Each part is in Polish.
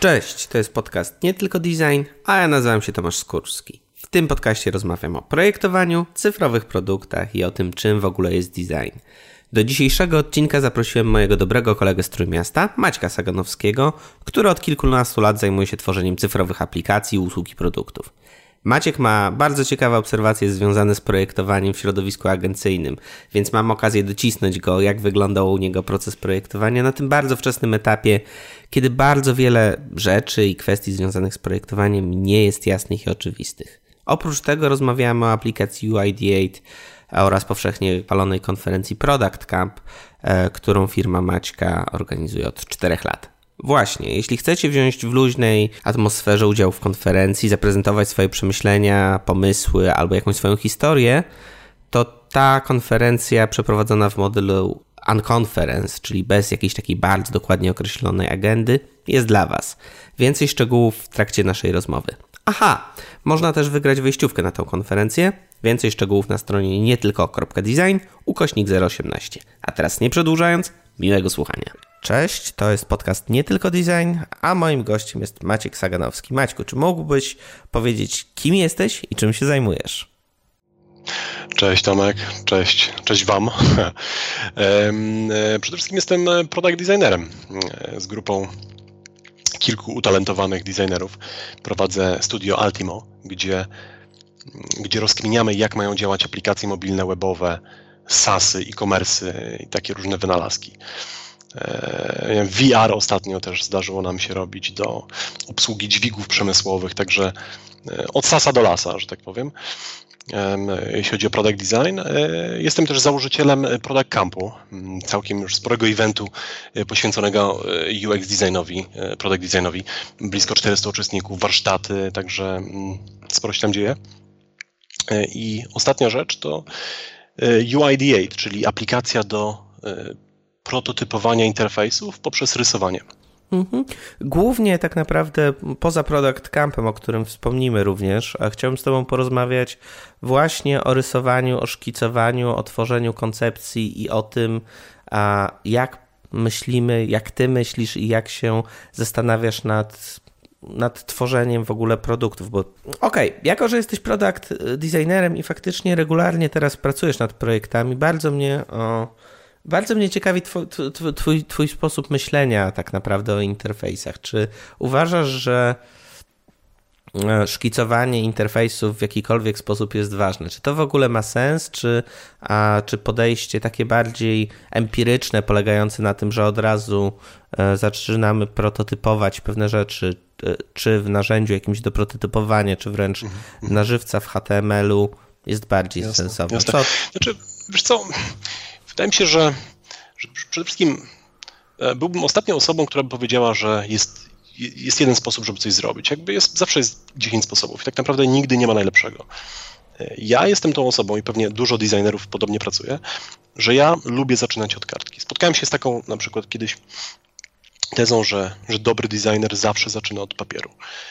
Cześć, to jest podcast Nie Tylko Design, a ja nazywam się Tomasz Skórski. W tym podcaście rozmawiam o projektowaniu, cyfrowych produktach i o tym, czym w ogóle jest design. Do dzisiejszego odcinka zaprosiłem mojego dobrego kolegę z Trójmiasta, Maćka Saganowskiego, który od kilkunastu lat zajmuje się tworzeniem cyfrowych aplikacji, usług i produktów. Maciek ma bardzo ciekawe obserwacje związane z projektowaniem w środowisku agencyjnym, więc mam okazję docisnąć go, jak wyglądał u niego proces projektowania na tym bardzo wczesnym etapie, kiedy bardzo wiele rzeczy i kwestii związanych z projektowaniem nie jest jasnych i oczywistych. Oprócz tego rozmawiamy o aplikacji UID8 oraz powszechnie chwalonej konferencji Product Camp, którą firma Maćka organizuje od 4 lat. Właśnie, jeśli chcecie wziąć w luźnej atmosferze udział w konferencji, zaprezentować swoje przemyślenia, pomysły albo jakąś swoją historię, to ta konferencja przeprowadzona w modelu unconference, czyli bez jakiejś takiej bardzo dokładnie określonej agendy, jest dla Was. Więcej szczegółów w trakcie naszej rozmowy. Aha, można też wygrać wejściówkę na tę konferencję. Więcej szczegółów na stronie nietylko.design/018. A teraz nie przedłużając, miłego słuchania. Cześć, to jest podcast Nie Tylko Design, a moim gościem jest Maciek Saganowski. Maćku, czy mógłbyś powiedzieć, kim jesteś i czym się zajmujesz? Cześć Tomek, cześć Wam. Przede wszystkim jestem product designerem z grupą kilku utalentowanych designerów. Prowadzę studio Altimo, gdzie rozkminiamy, jak mają działać aplikacje mobilne, webowe, SaaSy, e-commerce i takie różne wynalazki. VR ostatnio też zdarzyło nam się robić do obsługi dźwigów przemysłowych, także od SaaSa do lasa, że tak powiem. Jeśli chodzi o product design, jestem też założycielem Product Campu, całkiem już sporego eventu poświęconego UX designowi, product designowi. Blisko 400 uczestników, warsztaty, także sporo się tam dzieje. I ostatnia rzecz to UID8, czyli aplikacja do prototypowania interfejsów poprzez rysowanie. Głównie tak naprawdę poza Product Campem, o którym wspomnimy również, chciałbym z Tobą porozmawiać właśnie o rysowaniu, o szkicowaniu, o tworzeniu koncepcji i o tym, jak myślimy, jak Ty myślisz i jak się zastanawiasz nad tworzeniem w ogóle produktów, bo jako że jesteś product designerem i faktycznie regularnie teraz pracujesz nad projektami, bardzo mnie ciekawi twój sposób myślenia tak naprawdę o interfejsach. Czy uważasz, że szkicowanie interfejsów w jakikolwiek sposób jest ważne? Czy to w ogóle ma sens, czy podejście takie bardziej empiryczne, polegające na tym, że od razu zaczynamy prototypować pewne rzeczy, czy w narzędziu jakimś do prototypowania, czy wręcz na żywca w HTML-u jest bardziej sensowne? Jasne. Znaczy, wiesz co, wydaje mi się, że przede wszystkim byłbym ostatnią osobą, która by powiedziała, że jest jeden sposób, żeby coś zrobić. Zawsze jest 10 sposobów i tak naprawdę nigdy nie ma najlepszego. Ja jestem tą osobą i pewnie dużo designerów podobnie pracuje, że ja lubię zaczynać od kartki. Spotkałem się z taką na przykład kiedyś tezą, że dobry designer zawsze zaczyna od papieru.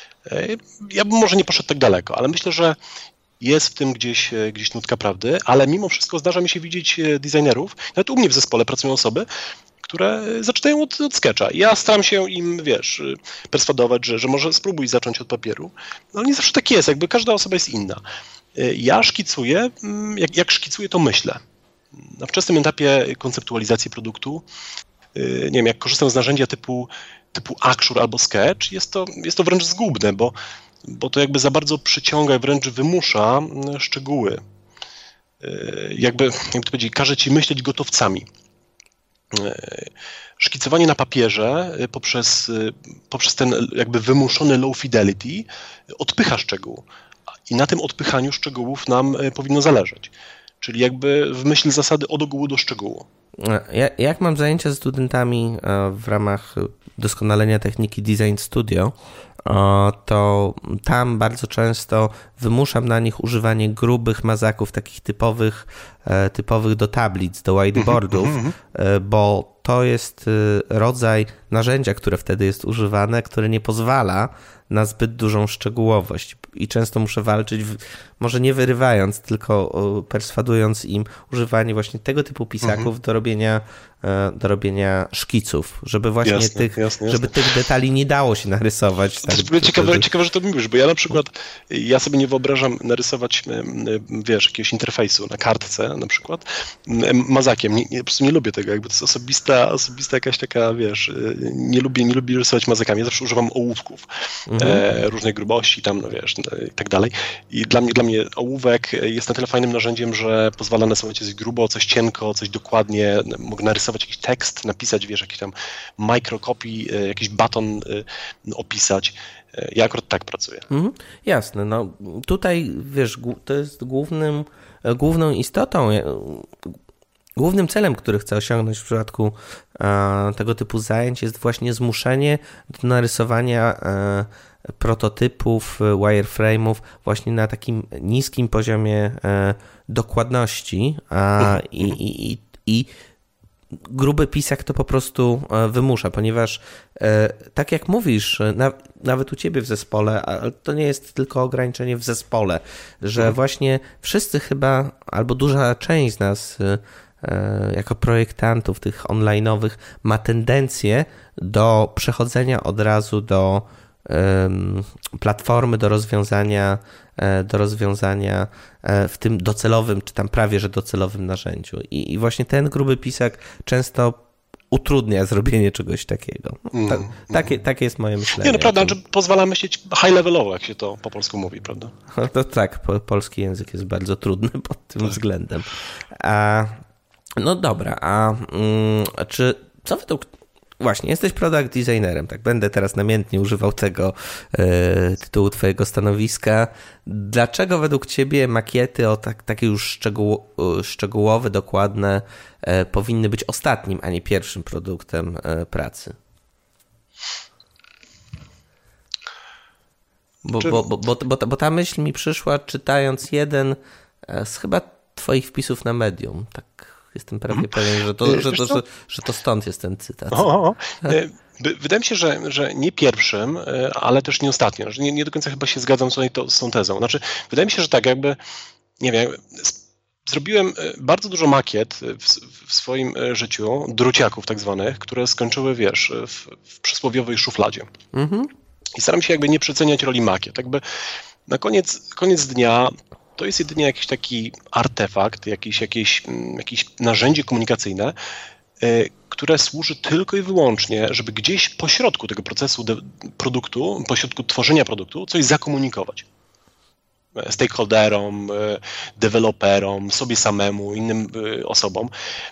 Ja bym może nie poszedł tak daleko, ale myślę, że jest w tym gdzieś nutka prawdy, ale mimo wszystko zdarza mi się widzieć designerów, nawet u mnie w zespole pracują osoby, które zaczynają od sketcha. Ja staram się im, perswadować, że może spróbuj zacząć od papieru, no ale nie zawsze tak jest, każda osoba jest inna. Ja szkicuję, jak szkicuję, to myślę. Na wczesnym etapie konceptualizacji produktu, nie wiem, jak korzystam z narzędzia typu Axure albo Sketch, jest to wręcz zgubne, bo to za bardzo przyciąga, wręcz wymusza szczegóły. Jakby to powiedzieć, każe ci myśleć gotowcami. Szkicowanie na papierze poprzez ten wymuszony low fidelity odpycha szczegół. I na tym odpychaniu szczegółów nam powinno zależeć. Czyli w myśl zasady od ogółu do szczegółu. Jak mam zajęcia z studentami w ramach doskonalenia techniki Design Studio, to tam bardzo często wymuszam na nich używanie grubych mazaków, takich typowych do tablic, do whiteboardów, bo to jest rodzaj narzędzia, które wtedy jest używane, które nie pozwala na zbyt dużą szczegółowość i często muszę walczyć, może nie wyrywając, tylko perswadując im używanie właśnie tego typu pisaków do robienia szkiców, żeby właśnie żeby tych detali nie dało się narysować. To jest w ogóle ciekawe, że to mówisz, bo ja na przykład, ja sobie nie wyobrażam narysować, wiesz, jakiegoś interfejsu na kartce na przykład mazakiem. Po prostu nie lubię tego, jakby to jest osobista jakaś taka, wiesz, nie lubię rysować mazakami. Ja zawsze używam ołówków różnej grubości tam, no wiesz, i tak dalej. I dla mnie ołówek jest na tyle fajnym narzędziem, że pozwala narysować coś grubo, coś cienko, coś dokładnie. Mogę narysować jakiś tekst, napisać, wiesz, jakiś tam microcopy, jakiś baton opisać. Ja akurat tak pracuję. Jasne, no tutaj, wiesz, to jest główną istotą, głównym celem, który chcę osiągnąć w przypadku tego typu zajęć jest właśnie zmuszenie do narysowania prototypów, wireframe'ów właśnie na takim niskim poziomie dokładności i gruby pisak to po prostu wymusza, ponieważ tak jak mówisz, nawet u ciebie w zespole, ale to nie jest tylko ograniczenie w zespole, że właśnie wszyscy chyba, albo duża część z nas jako projektantów tych online'owych ma tendencję do przechodzenia od razu do platformy, do rozwiązania w tym docelowym, czy tam prawie że docelowym narzędziu. I właśnie ten gruby pisak często utrudnia zrobienie czegoś takiego. Takie jest moje myślenie. Nie, no prawda, że pozwala myśleć high-levelowo, jak się to po polsku mówi, prawda? To tak, polski język jest bardzo trudny pod tym względem. No dobra, co według... Właśnie, jesteś product designerem, tak? Będę teraz namiętnie używał tego tytułu twojego stanowiska. Dlaczego według ciebie makiety takie już szczegółowe, dokładne powinny być ostatnim, a nie pierwszym produktem pracy? Bo ta myśl mi przyszła czytając jeden z chyba twoich wpisów na Medium, tak. Jestem prawie pewien, że to stąd jest ten cytat. Wydaje mi się, że nie pierwszym, ale też nie ostatnio. Że nie do końca chyba się zgadzam z tą tezą. Znaczy, wydaje mi się, że tak jakby, nie wiem, zrobiłem bardzo dużo makiet w swoim życiu, druciaków tak zwanych, które skończyły, wiesz, w przysłowiowej szufladzie. I staram się jakby nie przeceniać roli makiet. Jakby na koniec dnia to jest jedynie jakiś taki artefakt, jakieś narzędzie komunikacyjne, które służy tylko i wyłącznie, żeby gdzieś pośrodku tego procesu produktu, pośrodku tworzenia produktu coś zakomunikować. Stakeholderom, deweloperom, sobie samemu, innym osobom.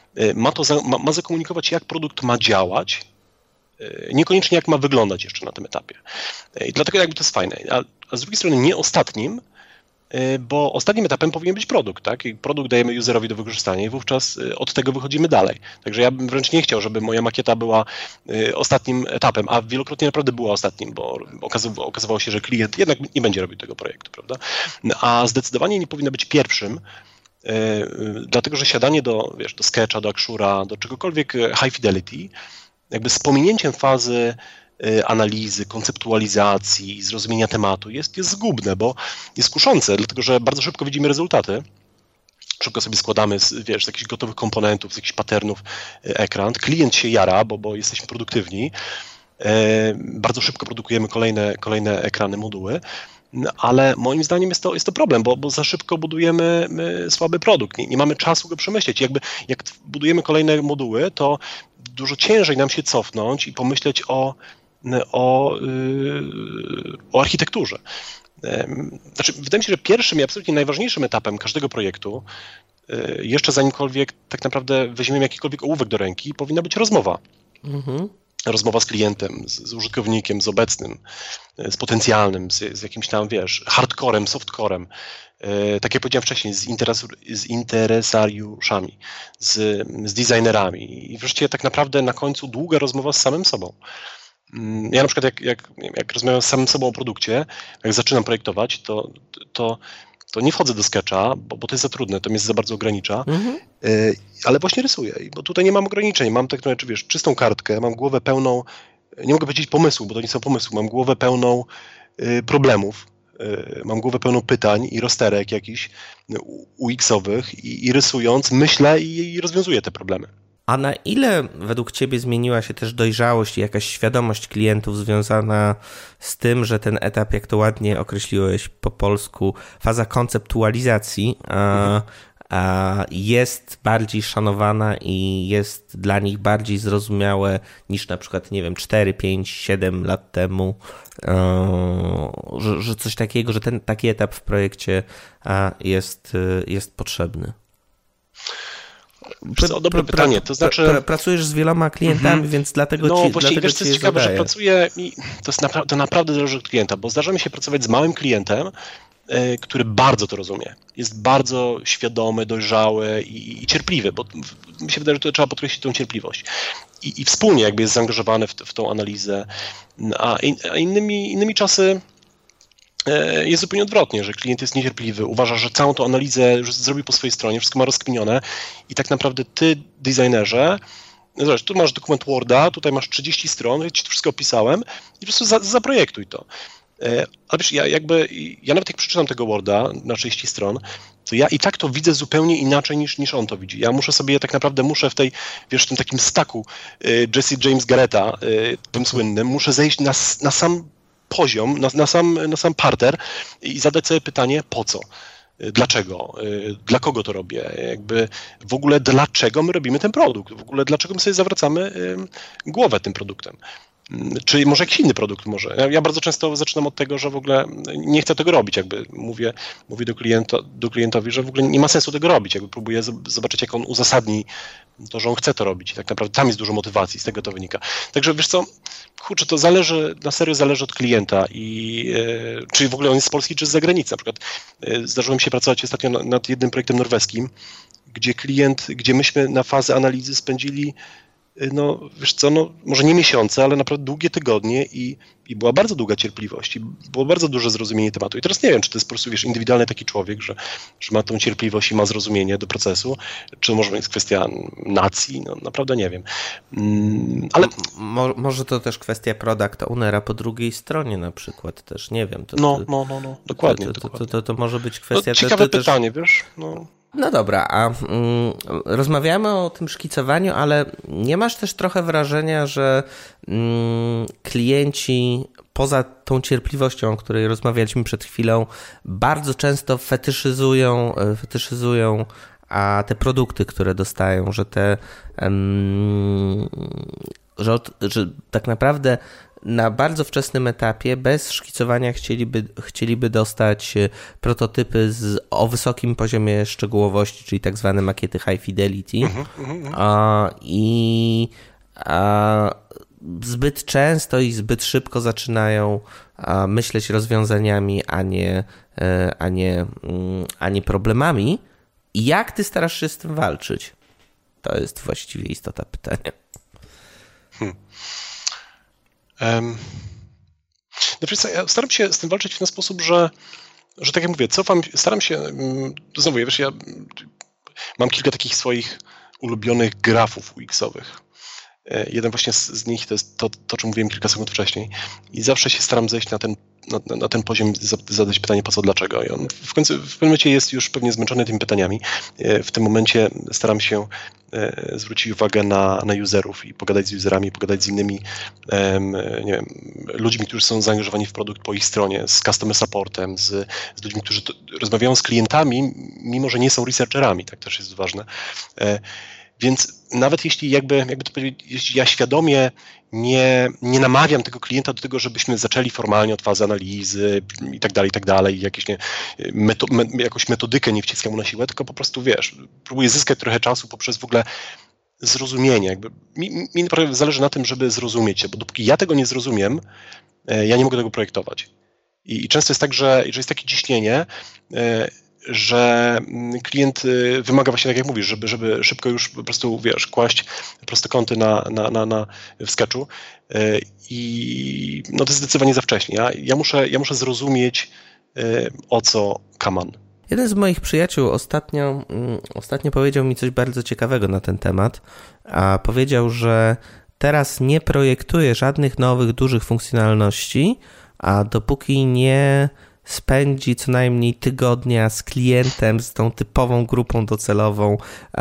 Ma zakomunikować, jak produkt ma działać, niekoniecznie jak ma wyglądać jeszcze na tym etapie. I dlatego jakby to jest fajne. A z drugiej strony nie ostatnim, bo ostatnim etapem powinien być produkt, tak? I produkt dajemy userowi do wykorzystania i wówczas od tego wychodzimy dalej. Także ja bym wręcz nie chciał, żeby moja makieta była ostatnim etapem, a wielokrotnie naprawdę była ostatnim, bo okazywało się, że klient jednak nie będzie robił tego projektu, prawda? A zdecydowanie nie powinna być pierwszym, dlatego że siadanie do Sketcha, do Axura, do czegokolwiek high fidelity, jakby z pominięciem fazy analizy, konceptualizacji, zrozumienia tematu jest zgubne, bo jest kuszące, dlatego że bardzo szybko widzimy rezultaty. Szybko sobie składamy z jakichś gotowych komponentów, z jakichś patternów ekran. Klient się jara, bo jesteśmy produktywni. Bardzo szybko produkujemy kolejne ekrany, moduły. Ale moim zdaniem jest to problem, bo za szybko budujemy słaby produkt. Nie mamy czasu go przemyśleć. Jak budujemy kolejne moduły, to dużo ciężej nam się cofnąć i pomyśleć o architekturze. Znaczy, wydaje mi się, że pierwszym i absolutnie najważniejszym etapem każdego projektu, jeszcze zanimkolwiek tak naprawdę weźmiemy jakikolwiek ołówek do ręki, powinna być rozmowa. Rozmowa z klientem, z użytkownikiem, z obecnym, z potencjalnym, z jakimś tam, hardcorem, softcorem. Tak jak powiedziałem wcześniej, z interesariuszami, z designerami i wreszcie tak naprawdę na końcu długa rozmowa z samym sobą. Ja na przykład jak rozmawiam z samym sobą o produkcie, jak zaczynam projektować, to to nie wchodzę do Sketcha, bo to jest za trudne, to mnie za bardzo ogranicza, ale właśnie rysuję, bo tutaj nie mam ograniczeń, mam tak, wiesz, czystą kartkę, mam głowę pełną, nie mogę powiedzieć pomysłu, bo to nie są pomysły, mam głowę pełną problemów, mam głowę pełną pytań i rozterek jakichś UX-owych i rysując myślę i rozwiązuję te problemy. A na ile według Ciebie zmieniła się też dojrzałość i jakaś świadomość klientów związana z tym, że ten etap, jak to ładnie określiłeś po polsku, faza konceptualizacji jest bardziej szanowana i jest dla nich bardziej zrozumiałe niż na przykład, nie wiem, 4, 5, 7 lat temu, że coś takiego, że taki etap w projekcie jest potrzebny? Dobre pytanie, to znaczy... Pracujesz z wieloma klientami, więc dlatego no, ci właściwie, wiesz, co jest ciekawe, zadaję. że pracuję i to naprawdę zależy od klienta, bo zdarza mi się pracować z małym klientem, który bardzo to rozumie. Jest bardzo świadomy, dojrzały i cierpliwy, bo mi się wydaje, że to trzeba podkreślić tą cierpliwość. I wspólnie jakby jest zaangażowany w tą analizę, a innymi czasy jest zupełnie odwrotnie, że klient jest niecierpliwy, uważa, że całą tą analizę już zrobił po swojej stronie, wszystko ma rozkminione i tak naprawdę ty, designerze, zobacz, tu masz dokument Worda, tutaj masz 30 stron, ja ci to wszystko opisałem i po prostu zaprojektuj to. Ale wiesz, ja nawet jak przeczytam tego Worda na 30 stron, to ja i tak to widzę zupełnie inaczej niż on to widzi. Ja tak naprawdę muszę w tym takim staku Jesse James Garretta, tym słynnym, muszę zejść na sam poziom, na sam parter i zadać sobie pytanie, po co? Dlaczego? Dla kogo to robię? W ogóle dlaczego my robimy ten produkt? W ogóle dlaczego my sobie zawracamy głowę tym produktem? Czy może jakiś inny produkt może? Ja bardzo często zaczynam od tego, że w ogóle nie chcę tego robić, mówię do klientowi, że w ogóle nie ma sensu tego robić, próbuję zobaczyć, jak on uzasadni to, że on chce to robić i tak naprawdę tam jest dużo motywacji, z tego to wynika. Także wiesz co, kurczę, to na serio zależy od klienta czy w ogóle on jest z Polski, czy z zagranicy. Na przykład zdarzyło mi się pracować ostatnio nad jednym projektem norweskim, gdzie myśmy na fazę analizy spędzili wiesz co, może nie miesiące, ale naprawdę długie tygodnie i była bardzo długa cierpliwość i było bardzo duże zrozumienie tematu. I teraz nie wiem, czy to jest po prostu, wiesz, indywidualny taki człowiek, że ma tą cierpliwość i ma zrozumienie do procesu, czy może jest kwestia nacji, naprawdę nie wiem. Ale... Może to też kwestia product ownera po drugiej stronie na przykład też, nie wiem. Dokładnie. To może być kwestia... Ciekawe pytanie, wiesz, No dobra, a rozmawiamy o tym szkicowaniu, ale nie masz też trochę wrażenia, że klienci poza tą cierpliwością, o której rozmawialiśmy przed chwilą, bardzo często fetyszyzują te produkty, które dostają, że tak naprawdę na bardzo wczesnym etapie, bez szkicowania chcieliby dostać prototypy o wysokim poziomie szczegółowości, czyli tak zwane makiety high fidelity. I zbyt często i zbyt szybko zaczynają myśleć rozwiązaniami, a nie problemami. I jak ty starasz się z tym walczyć? To jest właściwie istota pytania. Ja staram się z tym walczyć w ten sposób, że tak jak mówię, staram się, znowu, wiesz, ja mam kilka takich swoich ulubionych grafów UX-owych. Jeden właśnie z nich to jest to, o czym mówiłem kilka sekund wcześniej i zawsze się staram zejść na ten poziom, zadać pytanie po co, dlaczego. I on w pewnym momencie jest już pewnie zmęczony tymi pytaniami. W tym momencie staram się zwrócić uwagę na userów i pogadać z userami, pogadać z innymi nie wiem, ludźmi, którzy są zaangażowani w produkt po ich stronie, z customer supportem, z ludźmi, którzy rozmawiają z klientami, mimo że nie są researcherami, tak też jest ważne. Więc nawet jeśli jakby to powiedzieć, jeśli ja świadomie nie namawiam tego klienta do tego, żebyśmy zaczęli formalnie od fazy analizy i tak dalej, jakąś metodykę nie wciskam mu na siłę, tylko po prostu, wiesz, próbuję zyskać trochę czasu poprzez w ogóle zrozumienie. Mi naprawdę zależy na tym, żeby zrozumieć się, bo dopóki ja tego nie zrozumiem, ja nie mogę tego projektować. I często jest tak, że jest takie ciśnienie, że klient wymaga właśnie, tak jak mówisz, żeby szybko już po prostu, wiesz, kłaść prostokąty w sketchu i to jest zdecydowanie za wcześnie. Ja muszę zrozumieć, o co kaman. Jeden z moich przyjaciół ostatnio powiedział mi coś bardzo ciekawego na ten temat, a powiedział, że teraz nie projektuje żadnych nowych, dużych funkcjonalności, a dopóki nie spędzi co najmniej tygodnia z klientem, z tą typową grupą docelową,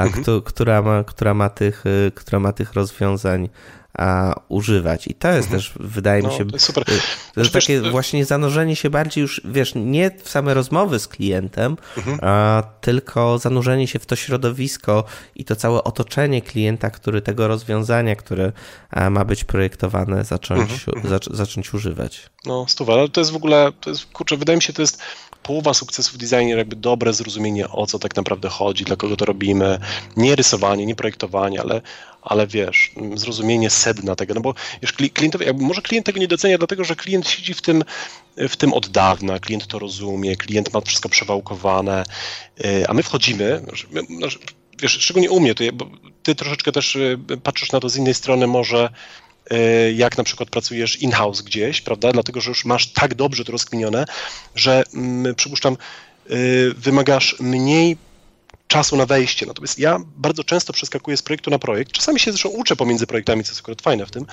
która ma tych rozwiązań używać. I to jest też, wydaje mi się, to jest super. To takie właśnie zanurzenie się bardziej już, nie w same rozmowy z klientem, tylko zanurzenie się w to środowisko i to całe otoczenie klienta, który tego rozwiązania, które ma być projektowane, zacząć używać. No, ale to jest w ogóle, wydaje mi się, to jest połowa sukcesu w designie, jakby dobre zrozumienie, o co tak naprawdę chodzi, dla kogo to robimy, nie rysowanie, nie projektowanie, ale wiesz, zrozumienie sedna tego, no bo wiesz, klientowi, może klient tego nie docenia, dlatego że klient siedzi w tym od dawna, klient to rozumie, klient ma wszystko przewałkowane, a my wchodzimy, wiesz, szczególnie u mnie, bo ty troszeczkę też patrzysz na to z innej strony może, jak na przykład pracujesz in-house gdzieś, prawda, dlatego że już masz tak dobrze to rozkminione, że przypuszczam, wymagasz mniej czasu na wejście. Natomiast ja bardzo często przeskakuję z projektu na projekt. Czasami się zresztą uczę pomiędzy projektami, co jest akurat fajne w tym,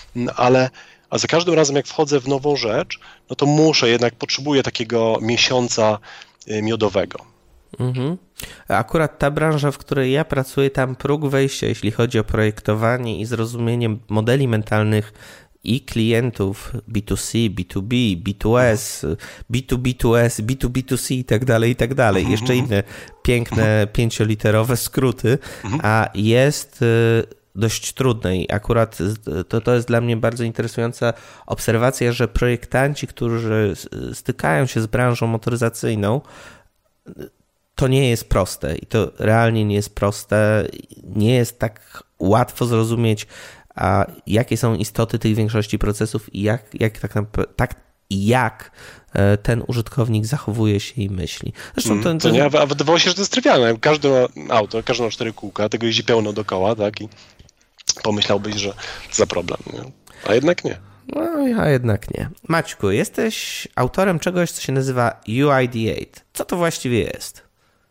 a za każdym razem, jak wchodzę w nową rzecz, no to potrzebuję takiego miesiąca miodowego. Mhm. Akurat ta branża, w której ja pracuję, tam próg wejścia, jeśli chodzi o projektowanie i zrozumienie modeli mentalnych i klientów B2C, B2B, B2S, B2B2S, B2B2C i tak dalej. Jeszcze inne piękne 5-literowe skróty, a jest dość trudne i akurat to jest dla mnie bardzo interesująca obserwacja, że projektanci, którzy stykają się z branżą motoryzacyjną, to nie jest proste i to realnie nie jest proste, nie jest tak łatwo zrozumieć, a jakie są istoty tych większości procesów i jak ten użytkownik zachowuje się i myśli. Zresztą to nie, a wydawało się, że to jest trywialne. Każdy ma auto, każdy ma 4 kółka, tego jeździ pełno dookoła, tak? I pomyślałbyś, że to za problem, nie? A jednak nie. No, a jednak nie. Maćku, jesteś autorem czegoś, co się nazywa UID8. Co to właściwie jest?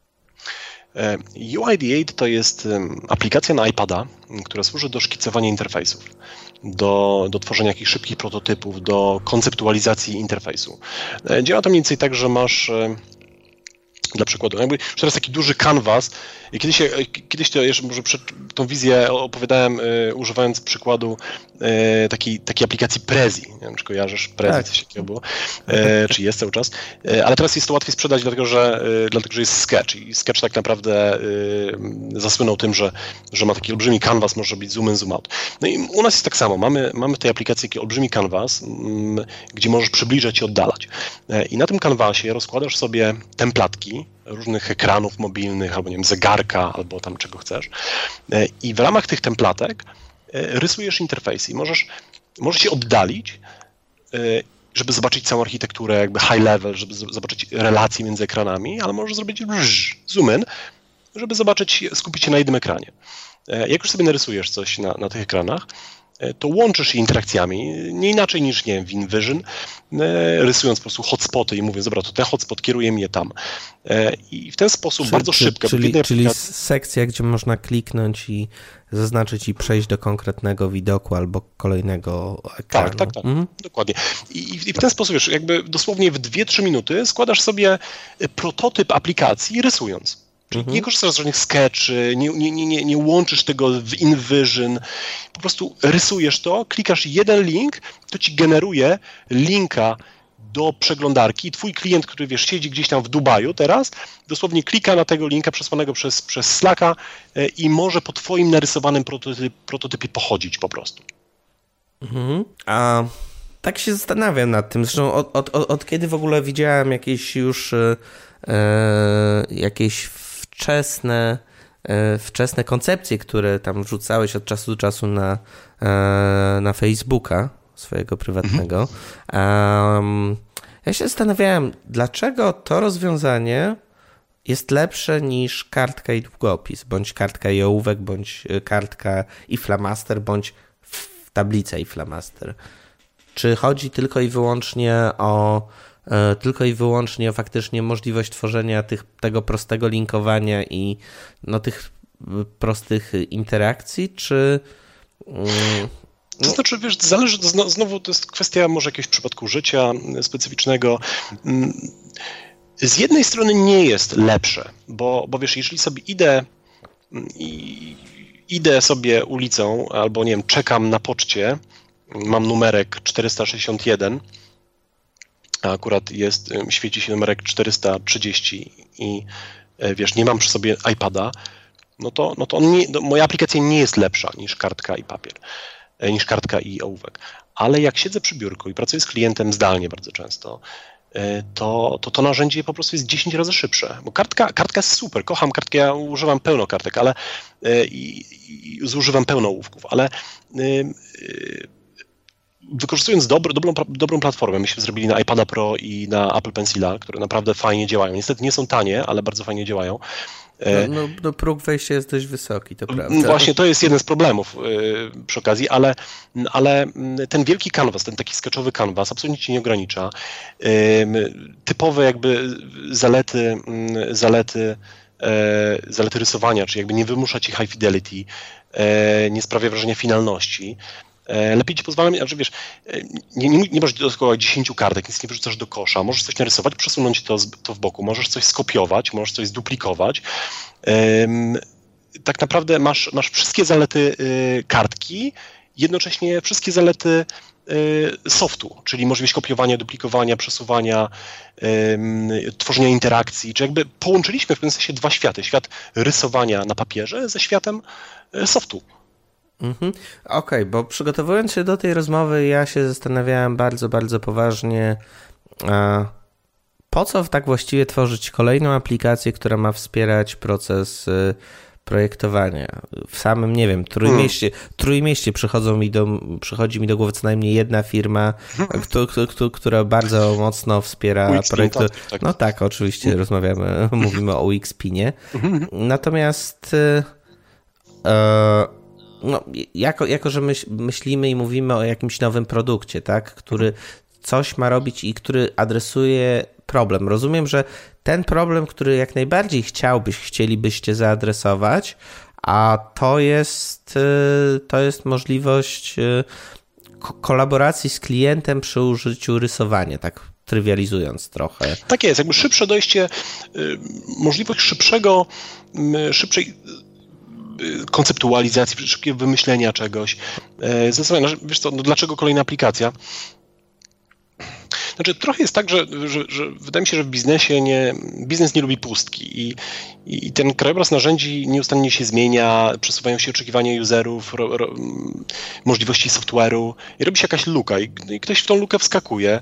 UID8 to jest aplikacja na iPada, która służy do szkicowania interfejsów, do tworzenia jakichś szybkich prototypów, do konceptualizacji interfejsu. Działa to mniej więcej tak, że masz dla przykładu, teraz taki duży canvas. Kiedyś to jeszcze może tą wizję opowiadałem, używając przykładu takiej aplikacji Prezi. Nie wiem, czy kojarzysz Prezi, tak. Coś takiego było, czy jest cały czas. Ale teraz jest to łatwiej sprzedać, dlatego że jest Sketch. I Sketch tak naprawdę zasłynął tym, że ma taki olbrzymi canvas, może być zoom in, zoom out. No i u nas jest tak samo. Mamy w tej aplikacji taki olbrzymi canvas, gdzie możesz przybliżać i oddalać. I na tym canvasie rozkładasz sobie templatki różnych ekranów mobilnych, albo nie wiem, zegarka, albo tam czego chcesz. I w ramach tych templatek rysujesz interfejs i możesz się oddalić, żeby zobaczyć całą architekturę jakby high level, żeby zobaczyć relacje między ekranami, ale możesz zrobić zoom in, żeby skupić się na jednym ekranie. Jak już sobie narysujesz coś na tych ekranach, to łączysz je interakcjami, nie inaczej niż, nie wiem, w InVision, rysując po prostu hotspoty i mówiąc, dobra, to ten hotspot, kieruje mnie tam. I w ten sposób bardzo szybko. Czyli sekcja, gdzie można kliknąć i zaznaczyć i przejść do konkretnego widoku albo kolejnego ekranu. Tak, dokładnie. I w ten sposób, wiesz, jakby dosłownie w 2-3 minuty składasz sobie prototyp aplikacji rysując. Czyli nie korzystasz z żadnych sketchy, nie łączysz tego w InVision, po prostu rysujesz to, klikasz jeden link, to ci generuje linka do przeglądarki. Twój klient, który wiesz, siedzi gdzieś tam w Dubaju teraz, dosłownie klika na tego linka przesłanego przez Slacka i może po twoim narysowanym prototypie pochodzić po prostu. A tak się zastanawiam nad tym. Zresztą od kiedy w ogóle widziałem jakieś wczesne koncepcje, które tam wrzucałeś od czasu do czasu na Facebooka swojego prywatnego. Ja się zastanawiałem, dlaczego to rozwiązanie jest lepsze niż kartka i długopis, bądź kartka i ołówek, bądź kartka i flamaster, bądź tablica i flamaster. Czy chodzi tylko i wyłącznie o tylko i wyłącznie faktycznie możliwość tworzenia tego prostego linkowania i tych prostych interakcji, czy... To znaczy, wiesz, zależy, znowu to jest kwestia może jakiegoś przypadku życia specyficznego. Z jednej strony nie jest lepsze, bo wiesz, jeżeli sobie idę sobie ulicą albo, nie wiem, czekam na poczcie, mam numerek 461, a akurat świeci się numerek 430 i wiesz, nie mam przy sobie iPada, no to moja aplikacja nie jest lepsza niż kartka i papier, niż kartka i ołówek. Ale jak siedzę przy biurku i pracuję z klientem zdalnie bardzo często, to narzędzie po prostu jest 10 razy szybsze. Bo kartka jest super, kocham kartkę, ja używam pełno kartek, ale i zużywam pełno ołówków, ale wykorzystując dobrą platformę, myśmy zrobili na iPada Pro i na Apple Pencila, które naprawdę fajnie działają. Niestety nie są tanie, ale bardzo fajnie działają. Próg wejścia jest dość wysoki, to prawda. Właśnie to jest jeden z problemów przy okazji, ale ten wielki canvas, ten taki sketchowy canvas absolutnie cię nie ogranicza. Typowe jakby zalety rysowania, czyli jakby nie wymusza ci high fidelity, nie sprawia wrażenia finalności. Lepiej ci pozwala, że wiesz, nie masz dodatkowo 10 kartek, nic nie wyrzucasz do kosza, możesz coś narysować, przesunąć to w boku, możesz coś skopiować, możesz coś zduplikować. Tak naprawdę masz wszystkie zalety kartki, jednocześnie wszystkie zalety softu, czyli możliwość kopiowania, duplikowania, przesuwania, tworzenia interakcji, czy jakby połączyliśmy w pewnym sensie dwa światy, świat rysowania na papierze ze światem softu. Okej, bo przygotowując się do tej rozmowy, ja się zastanawiałem bardzo, bardzo poważnie, po co tak właściwie tworzyć kolejną aplikację, która ma wspierać proces projektowania. W samym, nie wiem, Trójmieście przychodzi mi do głowy co najmniej jedna firma, która bardzo mocno wspiera projekty. Tak. No tak, oczywiście mówimy o UXP-nie. Natomiast jako że myślimy i mówimy o jakimś nowym produkcie, tak, który coś ma robić i który adresuje problem. Rozumiem, że ten problem, który jak najbardziej chcielibyście zaadresować, a to jest możliwość kolaboracji z klientem przy użyciu rysowania, tak trywializując trochę. Tak jest, jakby szybsze dojście, możliwość szybszej konceptualizacji, szybkiego wymyślenia czegoś. Zastanawiam, wiesz co, dlaczego kolejna aplikacja? Znaczy, trochę jest tak, że wydaje mi się, że w biznes nie lubi pustki i ten krajobraz narzędzi nieustannie się zmienia, przesuwają się oczekiwania userów, możliwości software'u i robi się jakaś luka i ktoś w tą lukę wskakuje.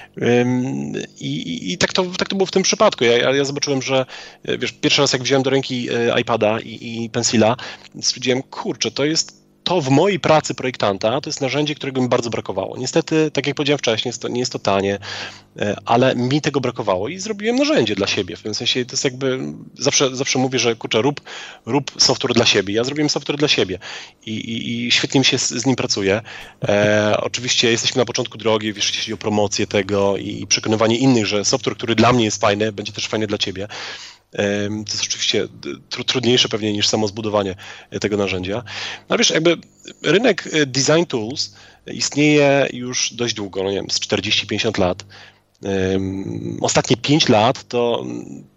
I tak to było w tym przypadku. Ja zobaczyłem, że wiesz, pierwszy raz jak wziąłem do ręki iPada i Pencila, stwierdziłem, kurczę, to w mojej pracy projektanta to jest narzędzie, którego mi bardzo brakowało. Niestety, tak jak powiedziałem wcześniej, nie jest to tanie, ale mi tego brakowało i zrobiłem narzędzie dla siebie. W tym sensie to jest jakby, zawsze mówię, że kurczę, rób software dla siebie. Ja zrobiłem software dla siebie i świetnie mi się z nim pracuje. Oczywiście jesteśmy na początku drogi, wiesz, jeśli chodzi o promocję tego i przekonywanie innych, że software, który dla mnie jest fajny, będzie też fajny dla ciebie. To jest oczywiście trudniejsze pewnie niż samo zbudowanie tego narzędzia. No wiesz, jakby rynek design tools istnieje już dość długo, no nie wiem, z 40-50 lat. Ostatnie 5 lat to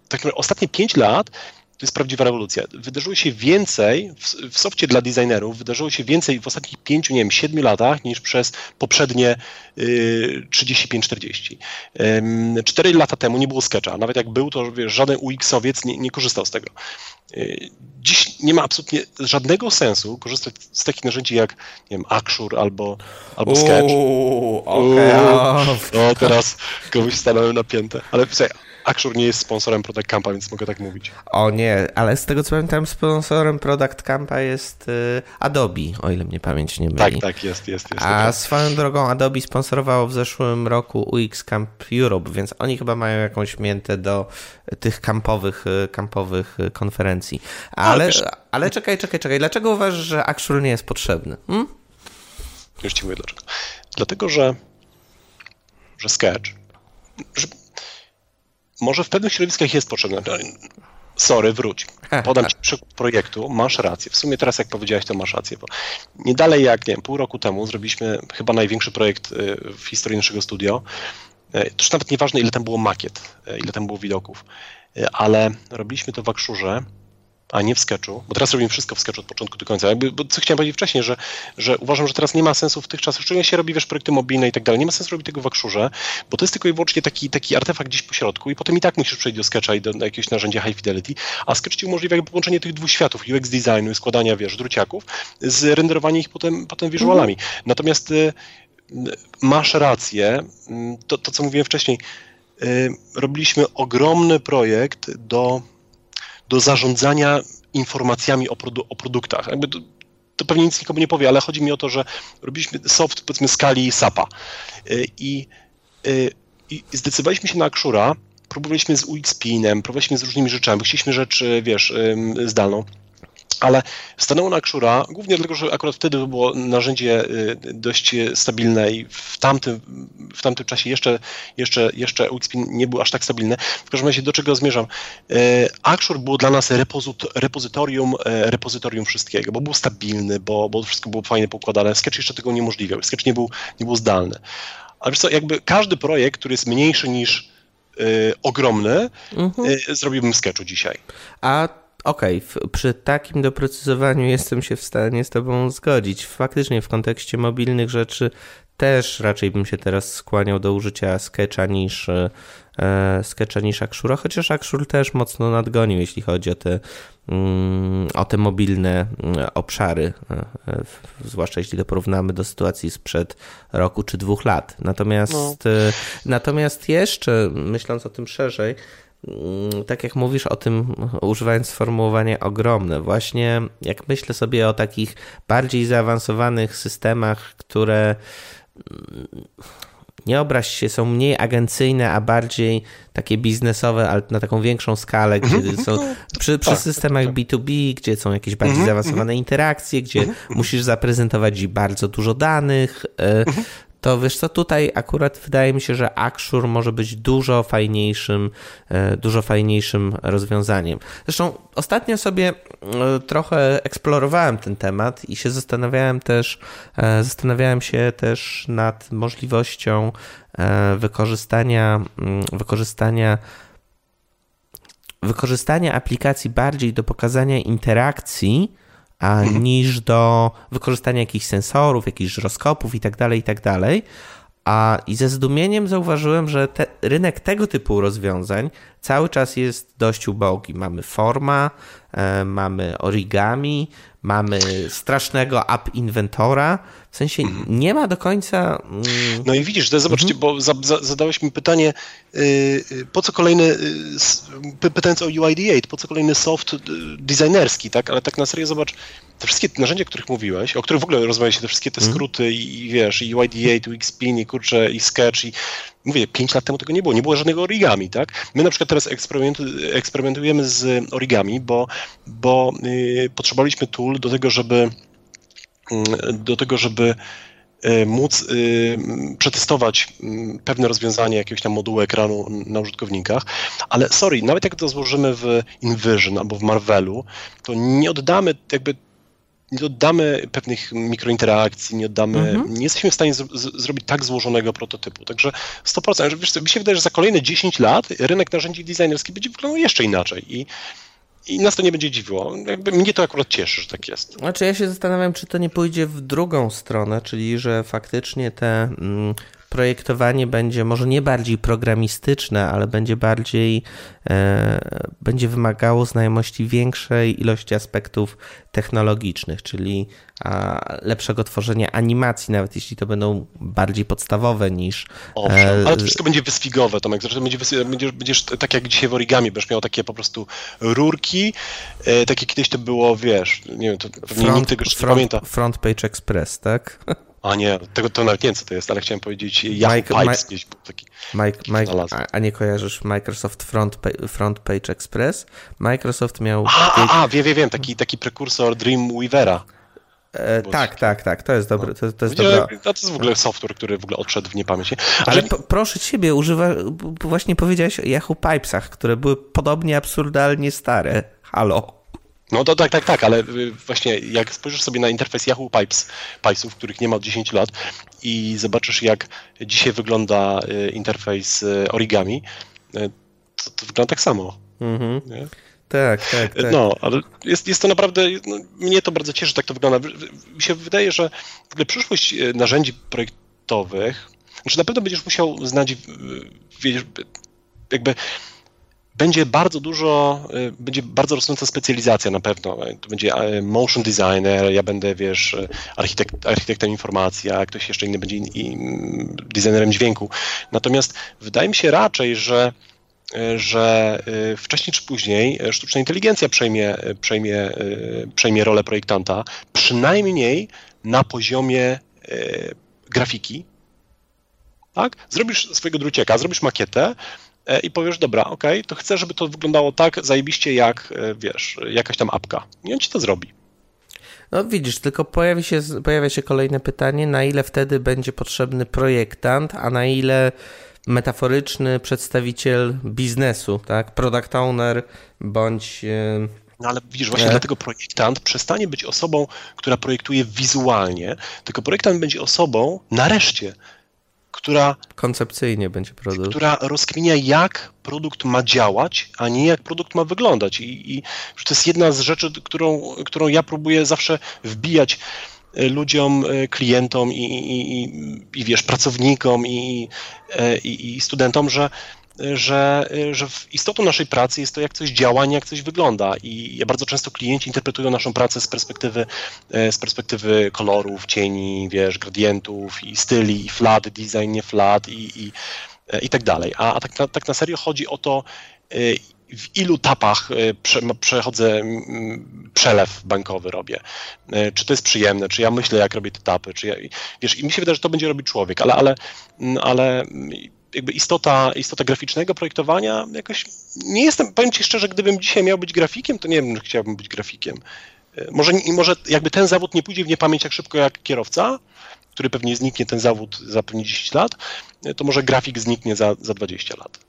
jest prawdziwa rewolucja. Wydarzyło się więcej w softie dla designerów, wydarzyło się więcej w ostatnich 5, nie wiem, 7 latach niż przez poprzednie 35-40. 4 lata temu nie było Sketcha. Nawet jak był, to wiesz, żaden UX-owiec nie korzystał z tego. Dziś nie ma absolutnie żadnego sensu korzystać z takich narzędzi jak, nie wiem, Axure albo Sketch. No teraz komuś stanąłem na piętę. Ale słuchaj, Axure nie jest sponsorem Product Campa, więc mogę tak mówić. O nie, ale z tego co pamiętam, sponsorem Product Campa jest Adobe, o ile mnie pamięć nie myli. Tak, jest. A swoją drogą Adobe sponsorowało w zeszłym roku UX Camp Europe, więc oni chyba mają jakąś miętę do tych kampowych konferencji. Ale czekaj, dlaczego uważasz, że Axure nie jest potrzebny? Już ci mówię dlaczego. Dlatego, że Sketch może w pewnych środowiskach jest potrzebne. Sorry, wróć. Podam ci przykład projektu. Masz rację. W sumie teraz jak powiedziałeś, to masz rację, bo nie dalej jak, nie wiem, pół roku temu zrobiliśmy chyba największy projekt w historii naszego studio. To już nawet nieważne, ile tam było makiet, ile tam było widoków, ale robiliśmy to w Axurze, a nie w Sketchu, bo teraz robimy wszystko w Sketchu od początku do końca. Bo co chciałem powiedzieć wcześniej, że uważam, że teraz nie ma sensu w tych czasach, szczególnie się robi, projekty mobilne i tak dalej, nie ma sensu robić tego w Axurze, bo to jest tylko i wyłącznie taki artefakt gdzieś po środku i potem i tak musisz przejść do Sketcha i do jakiegoś narzędzia High Fidelity, a Sketch ci umożliwia połączenie tych dwóch światów, UX designu i składania, druciaków, z renderowaniem ich potem wizualami. Natomiast masz rację, to co mówiłem wcześniej, robiliśmy ogromny projekt do zarządzania informacjami o produktach. To pewnie nic nikomu nie powie, ale chodzi mi o to, że robiliśmy soft, powiedzmy, skali SAP-a i zdecydowaliśmy się na Axura, próbowaliśmy z UX-Pinem, próbowaliśmy z różnymi rzeczami, chcieliśmy rzecz, zdalną, ale stanęło na Axura, głównie dlatego, że akurat wtedy było narzędzie dość stabilne i w tamtym czasie jeszcze UXPin nie był aż tak stabilny. W każdym razie do czego zmierzam? Axure było dla nas repozytorium wszystkiego, bo był stabilny, bo wszystko było fajnie poukładane. Sketch jeszcze tego nie umożliwiał. Sketch nie był zdalny. Ale wiesz co, jakby każdy projekt, który jest mniejszy niż ogromny, zrobiłbym w Sketchu dzisiaj. Okej, przy takim doprecyzowaniu jestem się w stanie z tobą zgodzić. Faktycznie w kontekście mobilnych rzeczy też raczej bym się teraz skłaniał do użycia Sketcha niż Axura, chociaż Axure też mocno nadgonił, jeśli chodzi o te mobilne obszary, zwłaszcza jeśli to porównamy do sytuacji sprzed roku czy 2 lat. Natomiast jeszcze, myśląc o tym szerzej, tak jak mówisz o tym, używając sformułowania ogromne, właśnie jak myślę sobie o takich bardziej zaawansowanych systemach, które, nie obraź się, są mniej agencyjne, a bardziej takie biznesowe, ale na taką większą skalę, gdzie są przy systemach B2B, gdzie są jakieś bardziej zaawansowane interakcje, gdzie musisz zaprezentować bardzo dużo danych, to wiesz co, tutaj akurat wydaje mi się, że Axure może być dużo fajniejszym rozwiązaniem. Zresztą ostatnio sobie trochę eksplorowałem ten temat i się zastanawiałem się też nad możliwością wykorzystania aplikacji bardziej do pokazania interakcji, niż do wykorzystania jakichś sensorów, jakichś żyroskopów i tak dalej. I ze zdumieniem zauważyłem, że rynek tego typu rozwiązań cały czas jest dość ubogi. Mamy Forma, mamy Origami, mamy strasznego App Inventora. W sensie nie ma do końca... No i widzisz, zobaczcie, bo zadałeś mi pytanie, po co kolejny, pytając o UID8, po co kolejny soft designerski, tak? Ale tak na serio zobacz, te wszystkie narzędzia, o których mówiłeś, o których w ogóle rozmawialiście, te wszystkie te skróty i wiesz, i UID8, UXPin, i Sketch, i mówię, 5 lat temu tego nie było żadnego origami, tak? My na przykład teraz eksperymentujemy z origami, bo potrzebowaliśmy tool do tego, żeby móc przetestować pewne rozwiązanie jakiegoś tam modułu ekranu na użytkownikach, ale sorry, nawet jak to złożymy w InVision albo w Marvelu, to nie oddamy pewnych mikrointerakcji, nie jesteśmy w stanie zrobić tak złożonego prototypu. Także 100%. Wiesz co, mi się wydaje, że za kolejne 10 lat rynek narzędzi designerskich będzie wyglądał jeszcze inaczej i nas to nie będzie dziwiło. Mnie to akurat cieszy, że tak jest. Znaczy ja się zastanawiam, czy to nie pójdzie w drugą stronę, czyli że faktycznie te projektowanie będzie może nie bardziej programistyczne, ale będzie wymagało znajomości większej ilości aspektów technologicznych, czyli lepszego tworzenia animacji, nawet jeśli to będą bardziej podstawowe niż... Owszem, ale to wszystko będzie wysfigowe, Tomek. Zresztą będziesz tak jak dzisiaj w origami, będziesz miał takie po prostu rurki, tak jak kiedyś to było, wiesz, nie wiem, to pewnie nikt tego już nie pamięta. Front Page Express, tak? A nie, to nawet nie wiem, co to jest, ale chciałem powiedzieć Yahoo Pipes gdzieś był taki. A nie kojarzysz Microsoft Front Page Express? Microsoft miał... Wiem, taki prekursor Dreamweavera. Tak, to jest dobre. To jest dobra. To jest w ogóle software, który w ogóle odszedł w niepamięć. Ale proszę ciebie, właśnie powiedziałeś o Yahoo Pipesach, które były podobnie absurdalnie stare. Halo. No to tak, ale właśnie jak spojrzysz sobie na interfejs Yahoo Pipesów, których nie ma od 10 lat i zobaczysz, jak dzisiaj wygląda interfejs Origami, to wygląda tak samo. Nie? Tak. No, ale jest to naprawdę, mnie to bardzo cieszy, że tak to wygląda. Mi się wydaje, że w ogóle przyszłość narzędzi projektowych, znaczy na pewno będziesz musiał znać, jakby będzie bardzo rosnąca specjalizacja na pewno. To będzie motion designer, ja będę, architektem informacji, a ktoś jeszcze inny będzie designerem dźwięku. Natomiast wydaje mi się raczej, że wcześniej czy później sztuczna inteligencja przejmie rolę projektanta, przynajmniej na poziomie grafiki. Tak? Zrobisz swojego drucieka, zrobisz makietę i powiesz, dobra, okej, to chcę, żeby to wyglądało tak zajebiście jak, jakaś tam apka. I on ci to zrobi. No widzisz, tylko pojawia się kolejne pytanie, na ile wtedy będzie potrzebny projektant, a na ile metaforyczny przedstawiciel biznesu, tak? Product owner bądź... No ale widzisz, właśnie dlatego projektant przestanie być osobą, która projektuje wizualnie, tylko projektant będzie osobą, nareszcie, która... Koncepcyjnie będzie produkt. Która rozkminia, jak produkt ma działać, a nie jak produkt ma wyglądać. I to jest jedna z rzeczy, którą ja próbuję zawsze wbijać ludziom, klientom i pracownikom i studentom, że istotą naszej pracy jest to, jak coś działa, nie jak coś wygląda. I bardzo często klienci interpretują naszą pracę z perspektywy kolorów, cieni, gradientów i styli, i flat design, nie flat i tak dalej. A tak na serio chodzi o to, w ilu tapach przechodzę przelew bankowy robię. Czy to jest przyjemne, czy ja myślę, jak robię te tapy, i mi się wydaje, że to będzie robić człowiek, ale jakby istota graficznego projektowania jakoś nie jestem, powiem ci szczerze, gdybym dzisiaj miał być grafikiem, to nie wiem, czy chciałbym być grafikiem. Może jakby ten zawód nie pójdzie w niepamięć tak szybko jak kierowca, który pewnie zniknie ten zawód za pewnie 10 lat, to może grafik zniknie za 20 lat.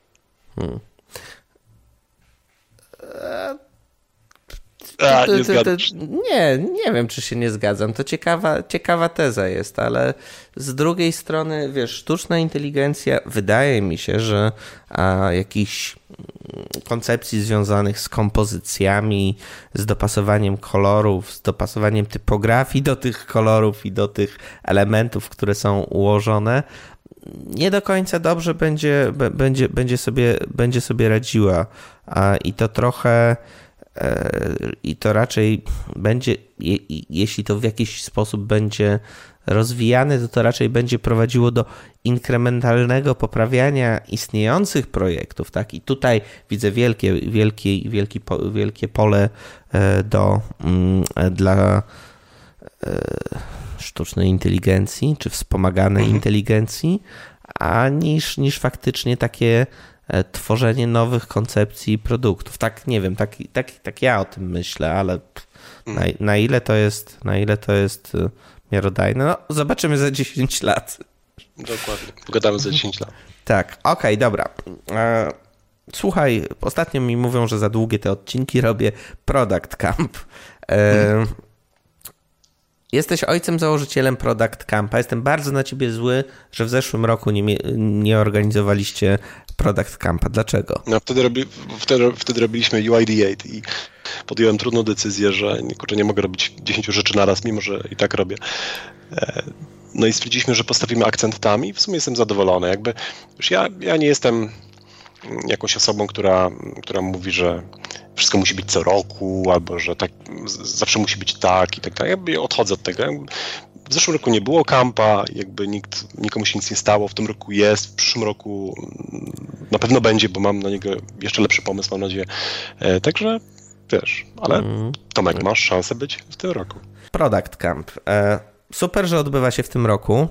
Nie wiem, czy się nie zgadzam. To ciekawa teza jest, ale z drugiej strony, sztuczna inteligencja, wydaje mi się, że jakichś koncepcji związanych z kompozycjami, z dopasowaniem kolorów, z dopasowaniem typografii do tych kolorów i do tych elementów, które są ułożone, nie do końca dobrze będzie sobie radziła. I to trochę... I to raczej będzie, jeśli to w jakiś sposób będzie rozwijane, to raczej będzie prowadziło do inkrementalnego poprawiania istniejących projektów, tak? I tutaj widzę wielkie pole dla sztucznej inteligencji, czy wspomaganej inteligencji, niż faktycznie takie tworzenie nowych koncepcji produktów. Tak, nie wiem, tak ja o tym myślę, ale na ile to jest miarodajne, no zobaczymy za 10 lat. Dokładnie, pogadamy za 10 lat. Tak, okej, dobra. Słuchaj, ostatnio mi mówią, że za długie te odcinki robię Product Camp. Jesteś ojcem założycielem Product Campa. Jestem bardzo na ciebie zły, że w zeszłym roku nie organizowaliście Product Campa. Dlaczego? No, wtedy robiliśmy UID8 i podjąłem trudną decyzję, że nie mogę robić 10 rzeczy naraz, mimo że i tak robię. No i stwierdziliśmy, że postawimy akcent tam i w sumie jestem zadowolony. Jakby już ja nie jestem jakąś osobą, która mówi, że wszystko musi być co roku, albo że tak zawsze musi być tak i tak dalej. Ja odchodzę od tego. W zeszłym roku nie było kampa, jakby nikomu się nic nie stało, w tym roku jest, w przyszłym roku na pewno będzie, bo mam na niego jeszcze lepszy pomysł, mam nadzieję. Także ale Tomek, masz szansę być w tym roku. Product Camp. Super, że odbywa się w tym roku.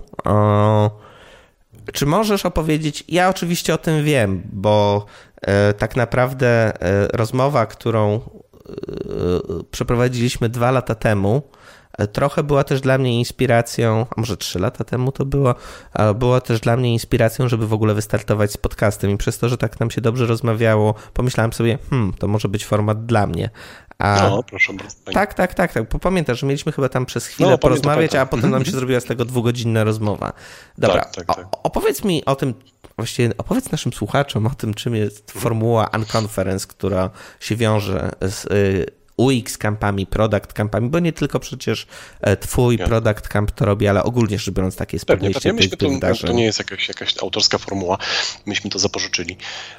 Czy możesz opowiedzieć, ja oczywiście o tym wiem, bo tak naprawdę rozmowa, którą przeprowadziliśmy 2 lata temu, trochę była też dla mnie inspiracją, a może 3 lata temu to była też dla mnie inspiracją, żeby w ogóle wystartować z podcastem i przez to, że tak nam się dobrze rozmawiało, pomyślałem sobie, to może być format dla mnie. Proszę bardzo. Tak. Bo pamiętasz, że mieliśmy chyba tam przez chwilę porozmawiać, a potem nam się zrobiła z tego 2-godzinna rozmowa. Dobra, tak. Opowiedz mi o tym, właściwie opowiedz naszym słuchaczom o tym, czym jest formuła Unconference, która się wiąże z UX campami, product campami, bo nie tylko przecież twój product camp to robi, ale ogólnie rzecz biorąc takie jest podejście tych wydarzeń. To nie jest jakaś autorska formuła, myśmy to zapożyczyli.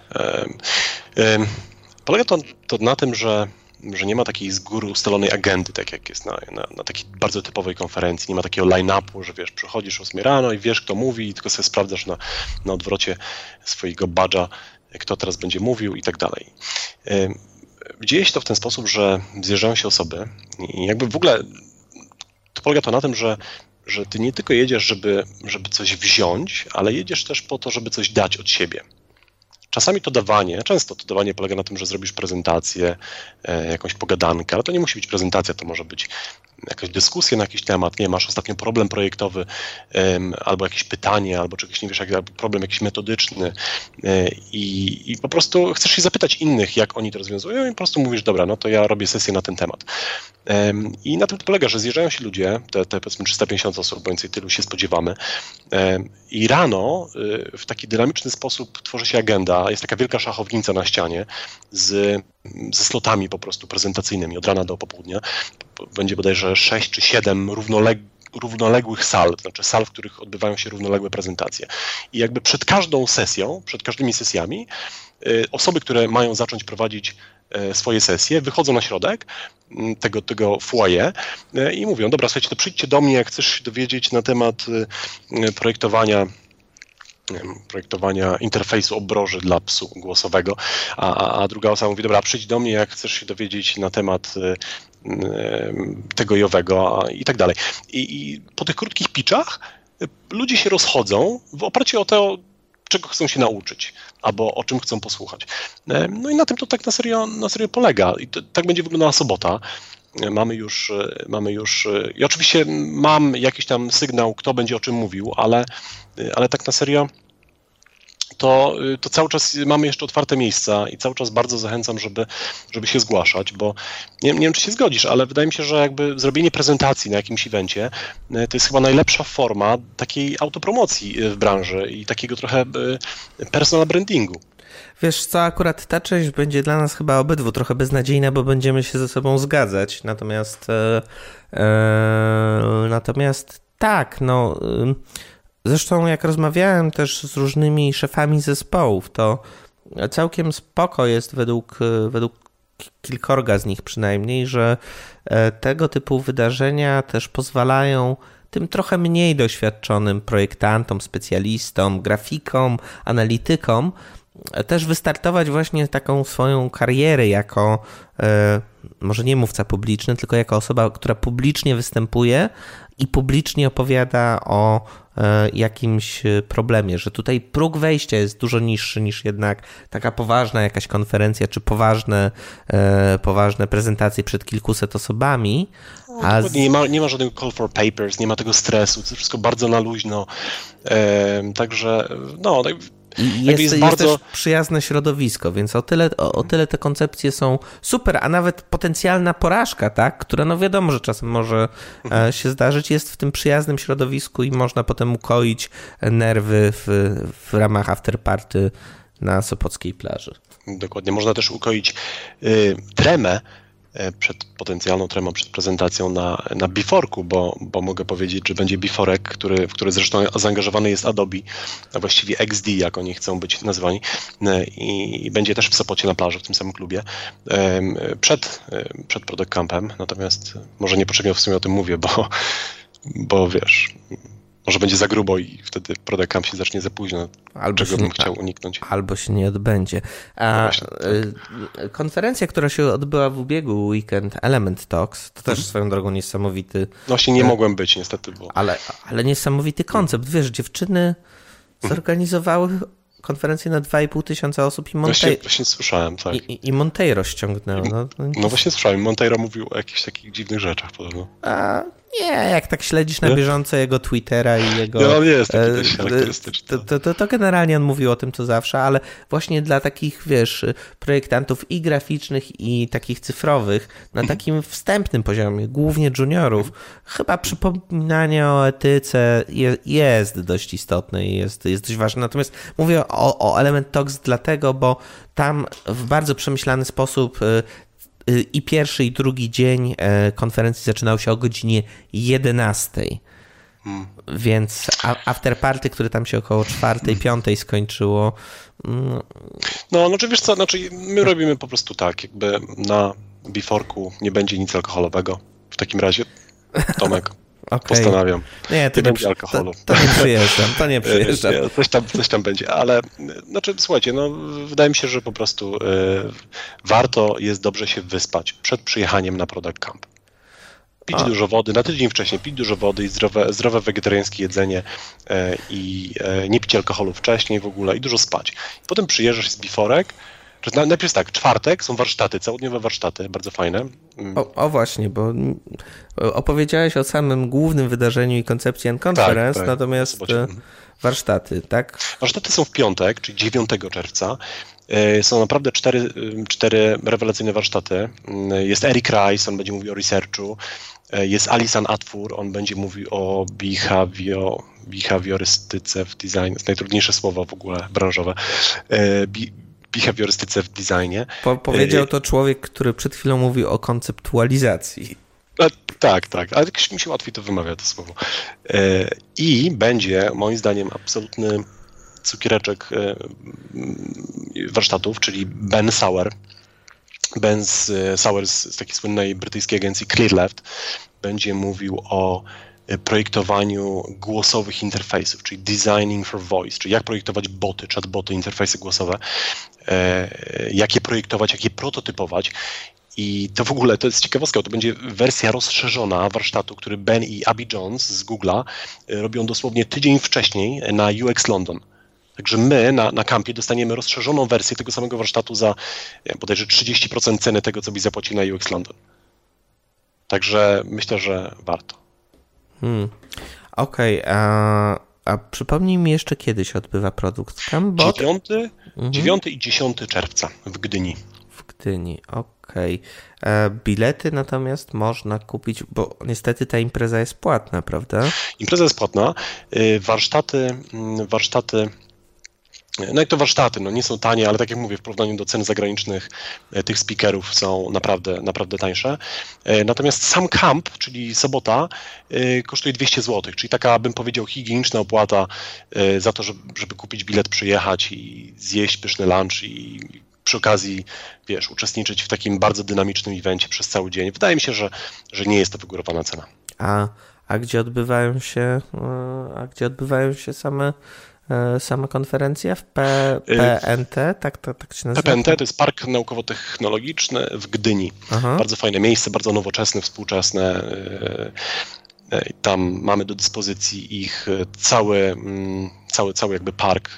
Polega to na tym, że nie ma takiej z góry ustalonej agendy, tak jak jest na takiej bardzo typowej konferencji. Nie ma takiego line-upu, że wiesz, przychodzisz o 8 rano i wiesz, kto mówi i tylko sobie sprawdzasz na odwrocie swojego badża, kto teraz będzie mówił i tak dalej. Dzieje się to w ten sposób, że zjeżdżają się osoby i jakby w ogóle to polega to na tym, że ty nie tylko jedziesz, żeby coś wziąć, ale jedziesz też po to, żeby coś dać od siebie. Często to dawanie polega na tym, że zrobisz prezentację, jakąś pogadankę, ale to nie musi być prezentacja, to może być jakaś dyskusja na jakiś temat, masz ostatnio problem projektowy, albo jakieś pytanie, albo czegoś nie wiesz, problem jakiś metodyczny i po prostu chcesz się zapytać innych, jak oni to rozwiązują i po prostu mówisz, dobra, no to ja robię sesję na ten temat. I na tym to polega, że zjeżdżają się ludzie, te powiedzmy 350 osób, bo więcej tylu się spodziewamy i rano w taki dynamiczny sposób tworzy się agenda, jest taka wielka szachownica na ścianie ze slotami po prostu prezentacyjnymi od rana do popołudnia. Będzie bodajże 6 czy 7 równoległych sal, to znaczy sal, w których odbywają się równoległe prezentacje. I jakby przed każdymi sesjami osoby, które mają zacząć prowadzić swoje sesje, wychodzą na środek tego foyer i mówią, dobra, słuchajcie, to przyjdźcie do mnie, jak chcesz się dowiedzieć na temat projektowania interfejsu obroży dla psu głosowego, a druga osoba mówi, dobra, przyjdź do mnie, jak chcesz się dowiedzieć na temat tego i owego i tak dalej. I po tych krótkich pitchach ludzie się rozchodzą w oparciu o to, czego chcą się nauczyć, albo o czym chcą posłuchać. No i na tym to tak na serio polega. I tak będzie wyglądała sobota. Mamy już i oczywiście mam jakiś tam sygnał, kto będzie o czym mówił, ale tak na serio to cały czas mamy jeszcze otwarte miejsca i cały czas bardzo zachęcam, żeby się zgłaszać, bo nie wiem, czy się zgodzisz, ale wydaje mi się, że jakby zrobienie prezentacji na jakimś evencie to jest chyba najlepsza forma takiej autopromocji w branży i takiego trochę personal brandingu. Wiesz co, akurat ta część będzie dla nas chyba obydwu trochę beznadziejna, bo będziemy się ze sobą zgadzać, natomiast tak, no... Zresztą jak rozmawiałem też z różnymi szefami zespołów, to całkiem spoko jest według kilkorga z nich przynajmniej, że tego typu wydarzenia też pozwalają tym trochę mniej doświadczonym projektantom, specjalistom, grafikom, analitykom też wystartować właśnie taką swoją karierę jako, może nie mówca publiczny, tylko jako osoba, która publicznie występuje i publicznie opowiada o jakimś problemie, że tutaj próg wejścia jest dużo niższy niż jednak taka poważna jakaś konferencja, czy poważne prezentacje przed kilkuset osobami. Nie ma żadnego call for papers, nie ma tego stresu, to wszystko bardzo na luźno, także no... I jest też przyjazne środowisko, więc o tyle te koncepcje są super, a nawet potencjalna porażka, tak, która no wiadomo, że czasem może się zdarzyć, jest w tym przyjaznym środowisku i można potem ukoić nerwy w ramach afterparty na sopockiej plaży. Dokładnie, można też ukoić tremę, potencjalną tremą przed prezentacją na Biforku, bo mogę powiedzieć, że będzie Biforek, w który zresztą zaangażowany jest Adobe, a właściwie XD, jak oni chcą być nazwani, i będzie też w Sopocie na plaży, w tym samym klubie, przed Product Campem, natomiast może niepotrzebnie w sumie o tym mówię, bo wiesz... Może będzie za grubo i wtedy Product Camp się zacznie za późno, czego bym chciał uniknąć. Albo się nie odbędzie. Konferencja, która się odbyła w ubiegły weekend, Element Talks, to też swoją drogą niesamowity... Właśnie nie mogłem być niestety, bo... Ale niesamowity koncept. Wiesz, dziewczyny zorganizowały konferencję na 2,5 tysiąca osób i Właśnie słyszałem, tak. I Monteiro ściągnęło. No właśnie słyszałem. Monteiro mówił o jakichś takich dziwnych rzeczach podobno. Nie, jak tak śledzisz na bieżąco jego Twittera i jego... No jest taki dość charakterystyczny. To generalnie on mówił o tym, co zawsze, ale właśnie dla takich, wiesz, projektantów i graficznych, i takich cyfrowych, na takim wstępnym poziomie, głównie juniorów, chyba przypominanie o etyce jest dość istotne i jest dość ważne. Natomiast mówię o Element Talks dlatego, bo tam w bardzo przemyślany sposób i pierwszy, i drugi dzień konferencji zaczynał się o godzinie 11. Więc afterparty, które tam się około 4, 5 skończyło. No, znaczy wiesz co, my robimy po prostu tak, jakby na Beforku nie będzie nic alkoholowego. W takim razie, Tomek, postanawiam. Nie będzie alkoholu. To nie przyjeżdżam. Coś tam będzie, ale słuchajcie, wydaje mi się, że po prostu warto jest dobrze się wyspać przed przyjechaniem na Product Camp. Pić dużo wody, na tydzień wcześniej pić dużo wody i zdrowe wegetariańskie jedzenie i nie pić alkoholu wcześniej w ogóle i dużo spać. Potem przyjeżdżasz z Beforek. Najpierw jest tak, czwartek są warsztaty, całodniowe warsztaty, bardzo fajne. O właśnie, bo opowiedziałeś o samym głównym wydarzeniu i koncepcji N-Conference, natomiast warsztaty, tak? Warsztaty są w piątek, czyli 9 czerwca. Są naprawdę cztery rewelacyjne warsztaty. Jest Eric Rice, on będzie mówił o researchu. Jest Alisan Atfur, on będzie mówił o behawiorystyce w design. To jest najtrudniejsze słowo w ogóle branżowe. Behawiorystyce w designie. Powiedział to człowiek, który przed chwilą mówił o konceptualizacji. Tak, ale mi się łatwiej to wymawia, to słowo. I będzie, moim zdaniem, absolutny cukiereczek warsztatów, czyli Ben Sauer. Ben Sauer z takiej słynnej brytyjskiej agencji Clearleft będzie mówił o projektowaniu głosowych interfejsów, czyli designing for voice, czyli jak projektować boty, chatboty, interfejsy głosowe, jak je projektować, jak je prototypować. I to w ogóle, to jest ciekawostka, to będzie wersja rozszerzona warsztatu, który Ben i Abby Jones z Google'a robią dosłownie tydzień wcześniej na UX London. Także my na kampie dostaniemy rozszerzoną wersję tego samego warsztatu za bodajże 30% ceny tego, co byś zapłacił na UX London. Także myślę, że warto. Okej, a przypomnij mi jeszcze, kiedy się odbywa Product Camp? 9 i 10 czerwca w Gdyni. W Gdyni, okej. Bilety natomiast można kupić, bo niestety ta impreza jest płatna, prawda? Impreza jest płatna. Warsztaty, no jak to warsztaty, nie są tanie, ale tak jak mówię, w porównaniu do cen zagranicznych tych speakerów są naprawdę tańsze. Natomiast sam camp, czyli sobota, kosztuje 200 zł, czyli taka, bym powiedział, higieniczna opłata za to, żeby kupić bilet, przyjechać i zjeść pyszny lunch i przy okazji, uczestniczyć w takim bardzo dynamicznym evencie przez cały dzień. Wydaje mi się, że nie jest to wygórowana cena. A gdzie odbywają się same konferencje? W PNT? Tak się nazywa? PNT to jest Park Naukowo-Technologiczny w Gdyni. Aha. Bardzo fajne miejsce, bardzo nowoczesne, współczesne. Tam mamy do dyspozycji ich cały jakby park,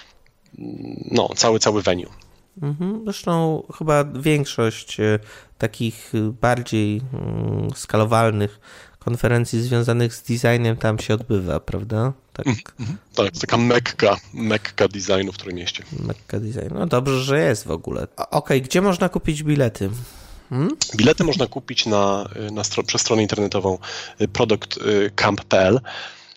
cały venue. Zresztą chyba większość takich bardziej skalowalnych konferencji związanych z designem tam się odbywa, prawda? Tak, tak, taka mekka designu w Trójmieście. Mekka designu. No dobrze, że jest w ogóle. Okej, gdzie można kupić bilety? Bilety można kupić przez stronę internetową productcamp.pl.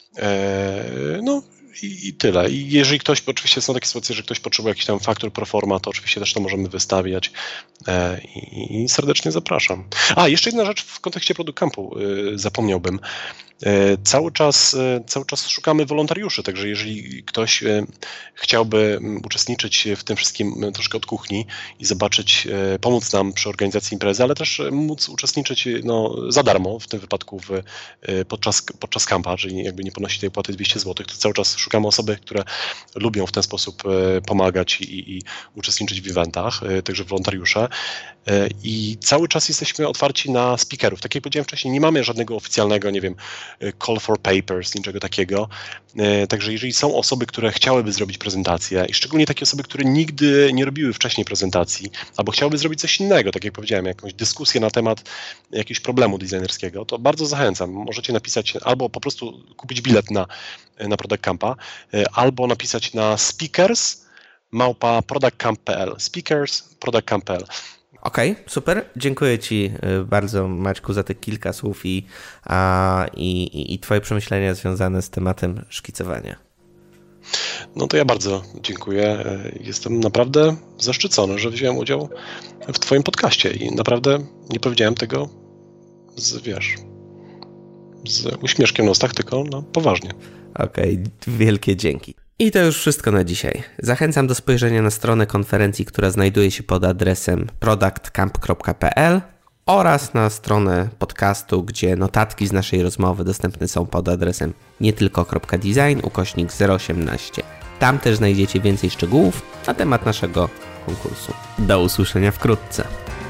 I tyle. I jeżeli ktoś, oczywiście są takie sytuacje, że ktoś potrzebuje jakiś tam faktur pro forma, to oczywiście też to możemy wystawiać i serdecznie zapraszam. Jeszcze jedna rzecz w kontekście Product Campu zapomniałbym. Cały czas szukamy wolontariuszy, także jeżeli ktoś chciałby uczestniczyć w tym wszystkim troszkę od kuchni i zobaczyć, pomóc nam przy organizacji imprezy, ale też móc uczestniczyć za darmo, w tym wypadku podczas kampa, czyli jakby nie ponosi tej opłaty 200 zł, to cały czas szukamy osoby, które lubią w ten sposób pomagać i uczestniczyć w eventach, także wolontariusze. I cały czas jesteśmy otwarci na speakerów. Tak jak powiedziałem wcześniej, nie mamy żadnego oficjalnego, call for papers, niczego takiego. Także jeżeli są osoby, które chciałyby zrobić prezentację i szczególnie takie osoby, które nigdy nie robiły wcześniej prezentacji albo chciałyby zrobić coś innego, tak jak powiedziałem, jakąś dyskusję na temat jakiegoś problemu designerskiego, to bardzo zachęcam. Możecie napisać albo po prostu kupić bilet na Product Campa, albo napisać na speakers@productcamp.pl. speakers@productcamp.pl. Okej, super. Dziękuję Ci bardzo, Maćku, za te kilka słów i Twoje przemyślenia związane z tematem szkicowania. No to ja bardzo dziękuję. Jestem naprawdę zaszczycony, że wziąłem udział w Twoim podcaście i naprawdę nie powiedziałem tego z uśmieszkiem na ustach, tylko poważnie. Okej, wielkie dzięki. I to już wszystko na dzisiaj. Zachęcam do spojrzenia na stronę konferencji, która znajduje się pod adresem productcamp.pl oraz na stronę podcastu, gdzie notatki z naszej rozmowy dostępne są pod adresem nietylko.design/018. Tam też znajdziecie więcej szczegółów na temat naszego konkursu. Do usłyszenia wkrótce.